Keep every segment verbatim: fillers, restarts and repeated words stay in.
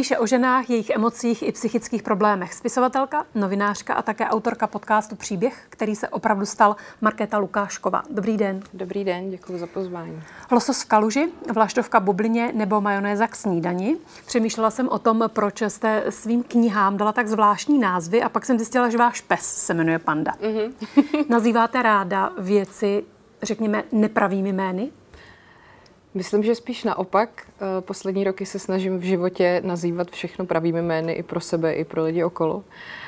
Píše o ženách, jejich emocích i psychických problémech. Spisovatelka, novinářka a také autorka podcastu Příběh, který se opravdu stal, Markéta Lukášková. Dobrý den. Dobrý den, děkuji za pozvání. Losos v kaluži, vlaštovka bublině nebo majonéza k snídani. Přemýšlela jsem o tom, proč jste svým knihám dala tak zvláštní názvy a pak jsem zjistila, že váš pes se jmenuje Panda. Mm-hmm. Nazýváte ráda věci, řekněme, nepravými jmény? Myslím, že spíš naopak. Poslední roky se snažím v životě nazývat všechno pravými jmény i pro sebe, i pro lidi okolo.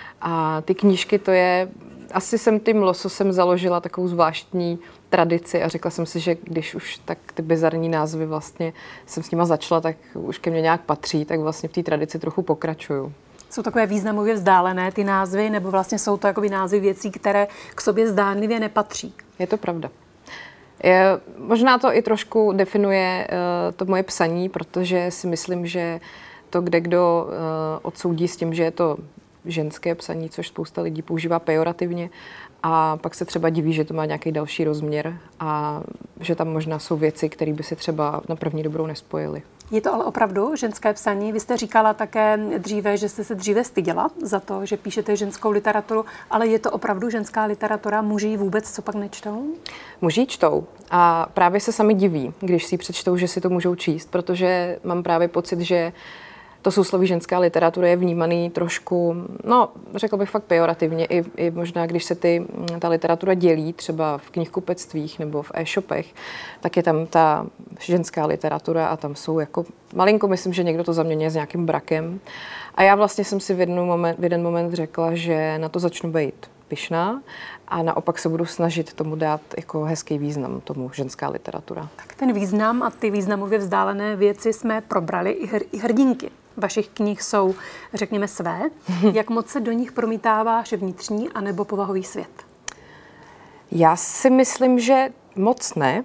A ty knížky, to je... Asi jsem tím lososem založila takovou zvláštní tradici a řekla jsem si, že když už tak ty bizarní názvy vlastně jsem s nima začala, tak už ke mně nějak patří, tak vlastně v té tradici trochu pokračuju. Jsou takové významově vzdálené ty názvy, nebo vlastně jsou to jakoby názvy věcí, které k sobě zdánlivě nepatří? Je to pravda. Je, možná to i trošku definuje uh, to moje psaní, protože si myslím, že to, kde kdo uh, odsoudí s tím, že je to ženské psaní, což spousta lidí používá pejorativně, a pak se třeba diví, že to má nějaký další rozměr a že tam možná jsou věci, které by se třeba na první dobrou nespojily. Je to ale opravdu ženské psaní? Vy jste říkala také dříve, že jste se dříve styděla za to, že píšete ženskou literaturu, ale je to opravdu ženská literatura? Muži ji vůbec co pak nečtou? Muži ji čtou a právě se sami diví, když si ji přečtou, že si to můžou číst, protože mám právě pocit, že to sousloví ženská literatura je vnímaný trošku, no, řekl bych fakt pejorativně, i, i možná, když se ty, ta literatura dělí třeba v knihkupectvích nebo v e-shopech, tak je tam ta ženská literatura a tam jsou jako, malinko myslím, že někdo to zaměňuje s nějakým brakem. A já vlastně jsem si v, jednu moment, v jeden moment řekla, že na to začnu být pyšná a naopak se budu snažit tomu dát jako hezký význam, tomu ženská literatura. Tak ten význam a ty významově vzdálené věci jsme probrali i, hr, i hrdinky. Vašich knih jsou, řekněme, své. Jak moc se do nich promítá váš vnitřní anebo povahový svět? Já si myslím, že moc ne.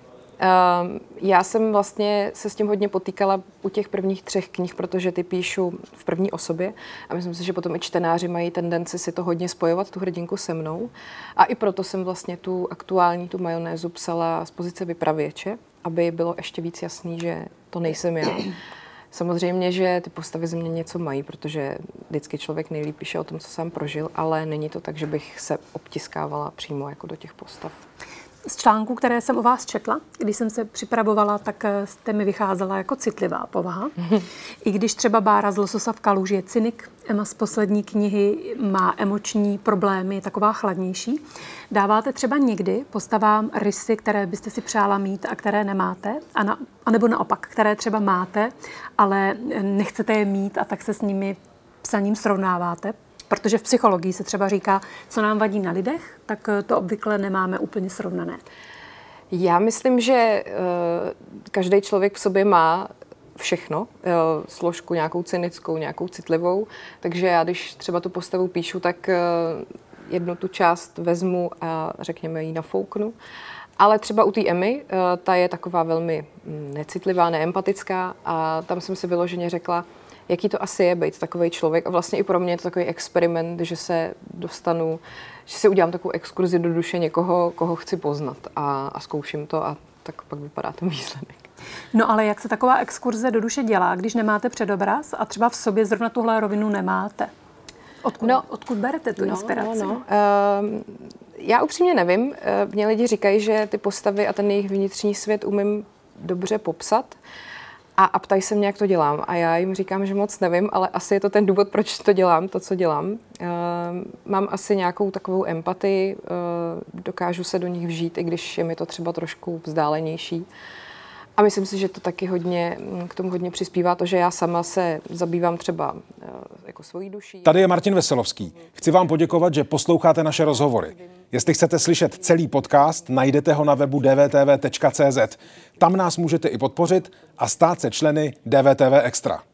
Já jsem vlastně se s tím hodně potýkala u těch prvních třech knih, protože ty píšu v první osobě a myslím si, že potom i čtenáři mají tendenci si to hodně spojovat, tu hrdinku se mnou. A i proto jsem vlastně tu aktuální, tu majonézu psala z pozice vypravěče, aby bylo ještě víc jasný, že to nejsem já. Samozřejmě, že ty postavy ze mě něco mají, protože vždycky člověk nejlíp píše o tom, co sám prožil, ale není to tak, že bych se obtiskávala přímo jako do těch postav. Z článků, které jsem o vás četla, když jsem se připravovala, tak jste mi vycházela jako citlivá povaha. I když třeba Bára z Lososa v kaluži je cynik, Emma z poslední knihy má emoční problémy, je taková chladnější. Dáváte třeba někdy postavám rysy, které byste si přála mít a které nemáte? A na, anebo naopak, které třeba máte, ale nechcete je mít a tak se s nimi psaním srovnáváte? Protože v psychologii se třeba říká, co nám vadí na lidech, tak to obvykle nemáme úplně srovnané. Já myslím, že uh, každý člověk v sobě má všechno, uh, složku nějakou cynickou, nějakou citlivou, takže já, když třeba tu postavu píšu, tak uh, jednu tu část vezmu a řekněme ji nafouknu. Ale třeba u té Emmy, uh, ta je taková velmi necitlivá, neempatická a tam jsem si vyloženě řekla, jaký to asi je být takovej člověk. A vlastně i pro mě je to takový experiment, že se dostanu, že si udělám takovou exkurzi do duše někoho, koho chci poznat a, a zkouším to a tak pak vypadá ten výsledek. No ale jak se taková exkurze do duše dělá, když nemáte předobraz a třeba v sobě zrovna tuhle rovinu nemáte? Odkud, no, odkud berete tu no, inspiraci? No, no. Um, já upřímně nevím. Mně lidi říkají, že ty postavy a ten jejich vnitřní svět umím dobře popsat. A, a ptají se mě, jak to dělám. A já jim říkám, že moc nevím, ale asi je to ten důvod, proč to dělám, to, co dělám. Uh, mám asi nějakou takovou empatii, uh, dokážu se do nich vžít, i když je mi to třeba trošku vzdálenější. A myslím si, že to taky hodně, k tomu hodně přispívá to, že já sama se zabývám třeba uh, jako svojí duší. Tady je Martin Veselovský. Chci vám poděkovat, že posloucháte naše rozhovory. Jestli chcete slyšet celý podcast, najdete ho na webu d v t v tečka c z. Tam nás můžete i podpořit a stát se členy D V T V Extra.